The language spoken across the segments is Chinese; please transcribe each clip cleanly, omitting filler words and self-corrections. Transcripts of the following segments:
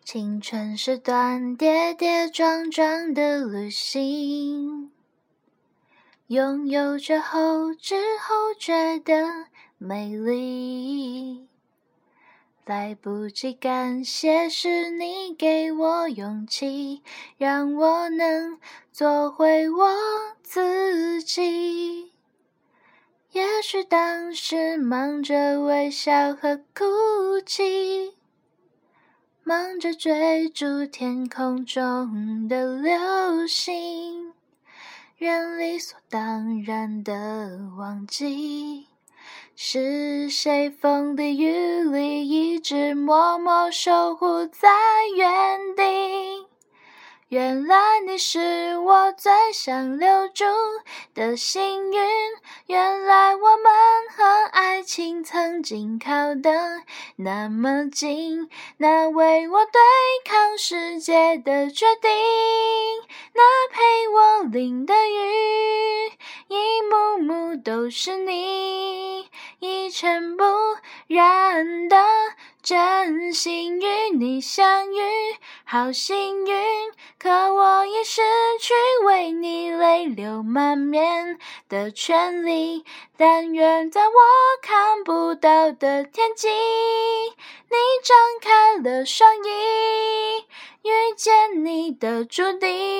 青春是段跌跌撞撞的旅行，拥有着后知后觉的美丽。来不及感谢是你给我勇气，让我能做回我自己。也许当时忙着微笑和哭泣，忙着追逐天空中的流星，人理所当然的忘记，是谁风里雨里一直默默守护在原地。原来你是我最想留住的幸运，原来我们和爱情曾经靠得那么近，那为我对抗世界的决定，那陪我淋的雨，一幕幕都是你，一尘不染的真心与你相遇，好幸运，可我已失去为你泪流满面的权利，但愿在我看不到的天际，你张开了双翼，遇见你的注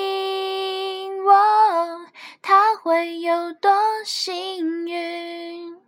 定，它会有多幸运。